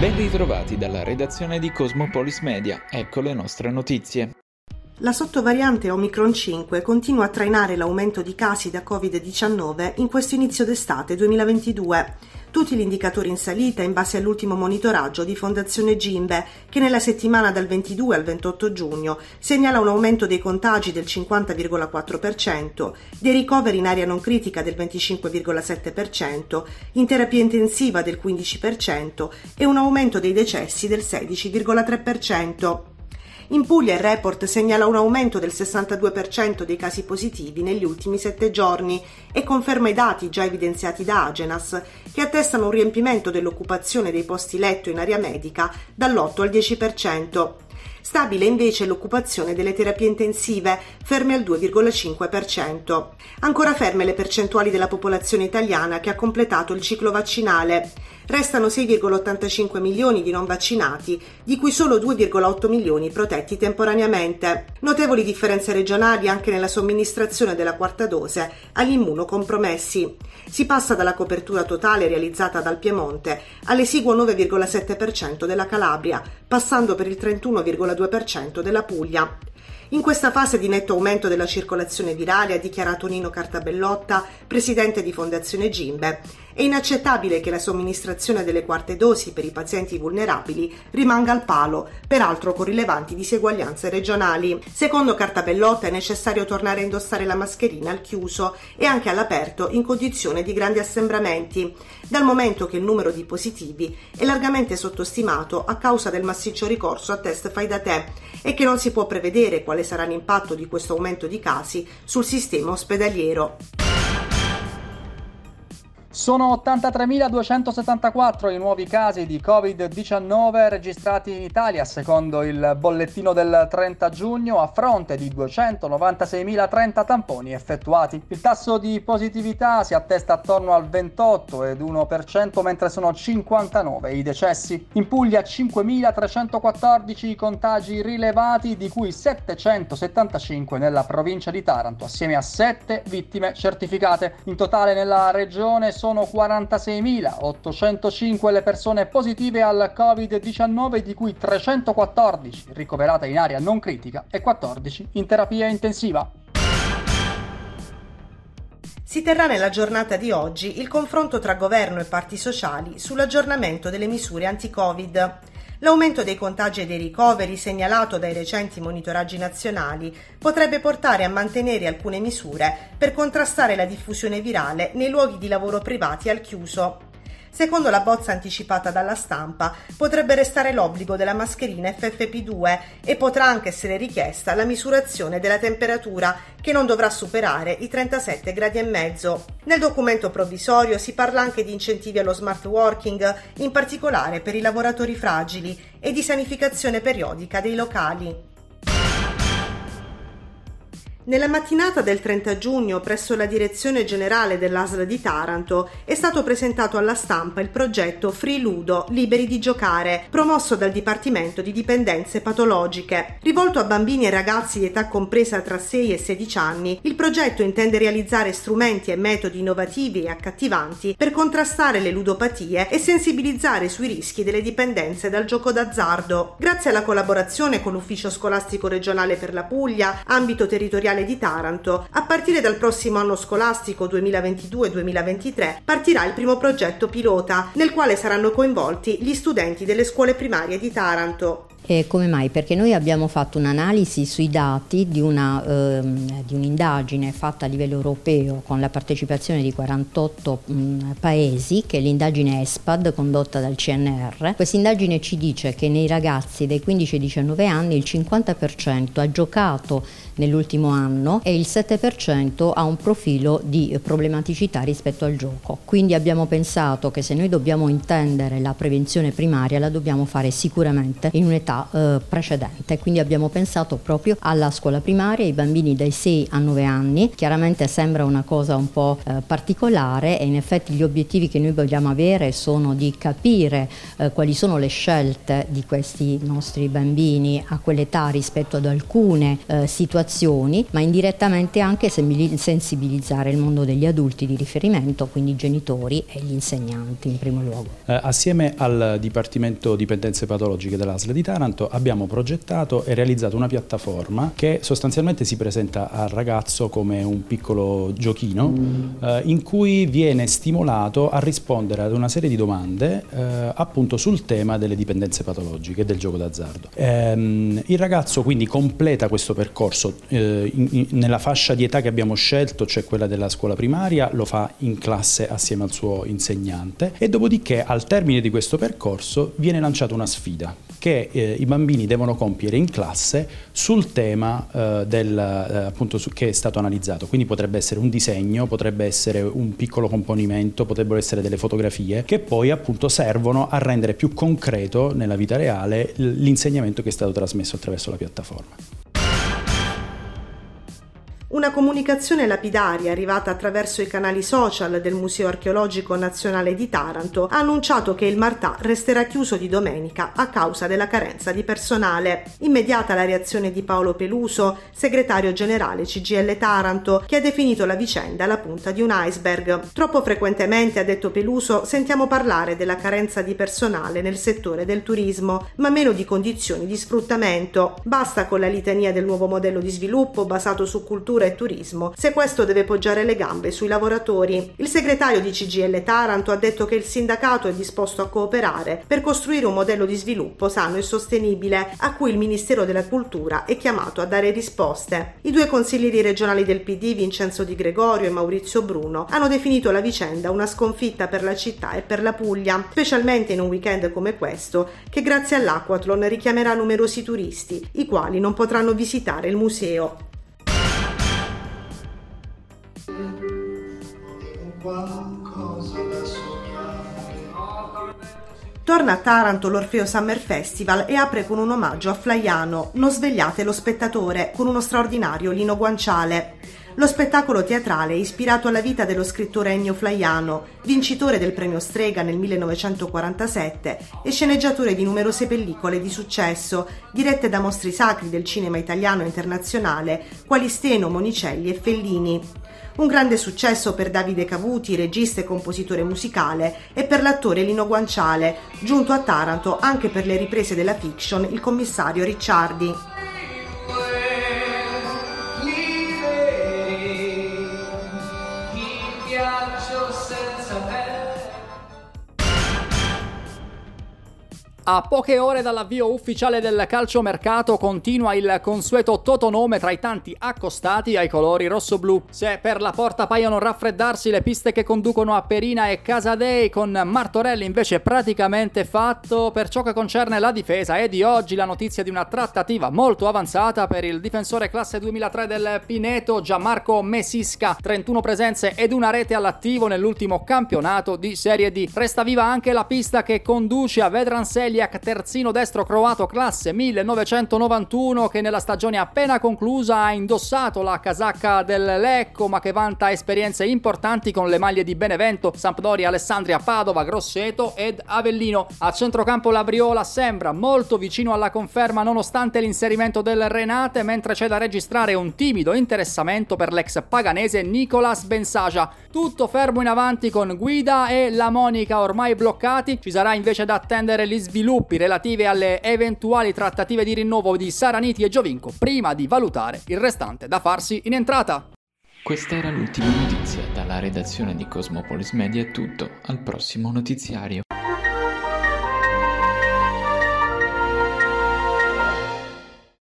Ben ritrovati dalla redazione di Cosmopolis Media, ecco le nostre notizie. La sottovariante Omicron 5 continua a trainare l'aumento di casi da Covid-19 in questo inizio d'estate 2022. Tutti gli indicatori in salita in base all'ultimo monitoraggio di Fondazione Gimbe, che nella settimana dal 22 al 28 giugno segnala un aumento dei contagi del 50,4%, dei ricoveri in area non critica del 25,7%, in terapia intensiva del 15% e un aumento dei decessi del 16,3%. In Puglia il report segnala un aumento del 62% dei casi positivi negli ultimi 7 giorni e conferma i dati già evidenziati da Agenas, che attestano un riempimento dell'occupazione dei posti letto in area medica dall'8 al 10%. Stabile invece l'occupazione delle terapie intensive, ferme al 2,5%. Ancora ferme le percentuali della popolazione italiana che ha completato il ciclo vaccinale. Restano 6,85 milioni di non vaccinati, di cui solo 2,8 milioni protetti temporaneamente. Notevoli differenze regionali anche nella somministrazione della quarta dose agli immunocompromessi. Si passa dalla copertura totale realizzata dal Piemonte all'esiguo 9,7% della Calabria, passando per il 31,2% della Puglia. In questa fase di netto aumento della circolazione virale, ha dichiarato Nino Cartabellotta, presidente di Fondazione Gimbe, è inaccettabile che la somministrazione delle quarte dosi per i pazienti vulnerabili rimanga al palo, peraltro con rilevanti diseguaglianze regionali. Secondo Cartabellotta è necessario tornare a indossare la mascherina al chiuso e anche all'aperto in condizione di grandi assembramenti, dal momento che il numero di positivi è largamente sottostimato a causa del massiccio ricorso a test fai da te e che non si può prevedere quale sarà l'impatto di questo aumento di casi sul sistema ospedaliero. Sono 83.274 i nuovi casi di Covid-19 registrati in Italia, secondo il bollettino del 30 giugno, a fronte di 296.030 tamponi effettuati. Il tasso di positività si attesta attorno al 28,1%, mentre sono 59 i decessi. In Puglia 5.314 i contagi rilevati, di cui 775 nella provincia di Taranto, assieme a 7 vittime certificate. In totale nella regione sono 46.805 le persone positive al Covid-19, di cui 314 ricoverate in area non critica e 14 in terapia intensiva. Si terrà nella giornata di oggi il confronto tra governo e parti sociali sull'aggiornamento delle misure anti-Covid. L'aumento dei contagi e dei ricoveri segnalato dai recenti monitoraggi nazionali potrebbe portare a mantenere alcune misure per contrastare la diffusione virale nei luoghi di lavoro privati al chiuso. Secondo la bozza anticipata dalla Stampa, potrebbe restare l'obbligo della mascherina FFP2 e potrà anche essere richiesta la misurazione della temperatura, che non dovrà superare i 37,5 gradi. Nel documento provvisorio si parla anche di incentivi allo smart working, in particolare per i lavoratori fragili, e di sanificazione periodica dei locali. Nella mattinata del 30 giugno, presso la direzione generale dell'ASL di Taranto, è stato presentato alla stampa il progetto Free Ludo, liberi di giocare, promosso dal Dipartimento di Dipendenze Patologiche. Rivolto a bambini e ragazzi di età compresa tra 6 e 16 anni, il progetto intende realizzare strumenti e metodi innovativi e accattivanti per contrastare le ludopatie e sensibilizzare sui rischi delle dipendenze dal gioco d'azzardo. Grazie alla collaborazione con l'Ufficio Scolastico Regionale per la Puglia, ambito territoriale di Taranto, a partire dal prossimo anno scolastico 2022-2023 partirà il primo progetto pilota, nel quale saranno coinvolti gli studenti delle scuole primarie di Taranto. E come mai? Perché noi abbiamo fatto un'analisi sui dati di un'indagine fatta a livello europeo con la partecipazione di 48 paesi, che è l'indagine ESPAD condotta dal CNR. Questa indagine ci dice che nei ragazzi dai 15 ai 19 anni il 50% ha giocato nell'ultimo anno e il 7% ha un profilo di problematicità rispetto al gioco. Quindi abbiamo pensato che se noi dobbiamo intendere la prevenzione primaria la dobbiamo fare sicuramente in un'età precedente, quindi abbiamo pensato proprio alla scuola primaria, ai bambini dai 6 a 9 anni. Chiaramente sembra una cosa un po' particolare e in effetti gli obiettivi che noi vogliamo avere sono di capire quali sono le scelte di questi nostri bambini a quell'età rispetto ad alcune situazioni azioni, ma indirettamente anche sensibilizzare il mondo degli adulti di riferimento, quindi i genitori e gli insegnanti in primo luogo. Assieme al Dipartimento Dipendenze Patologiche dell'ASL di Taranto abbiamo progettato e realizzato una piattaforma che sostanzialmente si presenta al ragazzo come un piccolo giochino in cui viene stimolato a rispondere ad una serie di domande appunto sul tema delle dipendenze patologiche e del gioco d'azzardo. Il ragazzo quindi completa questo percorso nella fascia di età che abbiamo scelto, cioè quella della scuola primaria, lo fa in classe assieme al suo insegnante e dopodiché al termine di questo percorso viene lanciata una sfida che i bambini devono compiere in classe sul tema appunto che è stato analizzato. Quindi potrebbe essere un disegno, potrebbe essere un piccolo componimento, potrebbero essere delle fotografie che poi appunto servono a rendere più concreto nella vita reale l'insegnamento che è stato trasmesso attraverso la piattaforma. Una comunicazione lapidaria arrivata attraverso i canali social del Museo Archeologico Nazionale di Taranto ha annunciato che il Martà resterà chiuso di domenica a causa della carenza di personale. Immediata la reazione di Paolo Peluso, segretario generale CGIL Taranto, che ha definito la vicenda la punta di un iceberg. Troppo frequentemente, ha detto Peluso, sentiamo parlare della carenza di personale nel settore del turismo, ma meno di condizioni di sfruttamento. Basta con la litania del nuovo modello di sviluppo basato su cultura e turismo, se questo deve poggiare le gambe sui lavoratori. Il segretario di CGIL Taranto ha detto che il sindacato è disposto a cooperare per costruire un modello di sviluppo sano e sostenibile a cui il Ministero della Cultura è chiamato a dare risposte. I due consiglieri regionali del PD, Vincenzo Di Gregorio e Maurizio Bruno, hanno definito la vicenda una sconfitta per la città e per la Puglia, specialmente in un weekend come questo, che grazie all'Acquathlon richiamerà numerosi turisti, i quali non potranno visitare il museo. Torna a Taranto l'Orfeo Summer Festival e apre con un omaggio a Flaiano. Non svegliate lo spettatore con uno straordinario Lino Guanciale. Lo spettacolo teatrale è ispirato alla vita dello scrittore Ennio Flaiano, vincitore del premio Strega nel 1947 e sceneggiatore di numerose pellicole di successo, dirette da mostri sacri del cinema italiano e internazionale, quali Steno, Monicelli e Fellini. Un grande successo per Davide Cavuti, regista e compositore musicale, e per l'attore Lino Guanciale, giunto a Taranto anche per le riprese della fiction Il commissario Ricciardi. A poche ore dall'avvio ufficiale del calciomercato continua il consueto totonome tra i tanti accostati ai colori rossoblù. Se per la porta paiono raffreddarsi le piste che conducono a Perina e Casadei, con Martorelli invece praticamente fatto, per ciò che concerne la difesa è di oggi la notizia di una trattativa molto avanzata per il difensore classe 2003 del Pineto Gianmarco Messisca, 31 presenze ed una rete all'attivo nell'ultimo campionato di Serie D. Resta viva anche la pista che conduce a Vedran Seljak, terzino destro croato classe 1991, che nella stagione appena conclusa ha indossato la casacca del Lecco, ma che vanta esperienze importanti con le maglie di Benevento, Sampdoria, Alessandria, Padova, Grosseto ed Avellino. A centrocampo la Briola sembra molto vicino alla conferma nonostante l'inserimento del Renate, mentre c'è da registrare un timido interessamento per l'ex paganese Nicolas Bensaja. Tutto fermo in avanti con Guida e la Monica ormai bloccati. Ci sarà invece da attendere gli sviluppi relative alle eventuali trattative di rinnovo di Saraniti e Giovinco prima di valutare il restante da farsi in entrata. Questa era l'ultima notizia. Dalla redazione di Cosmopolis Media è tutto. Al prossimo notiziario.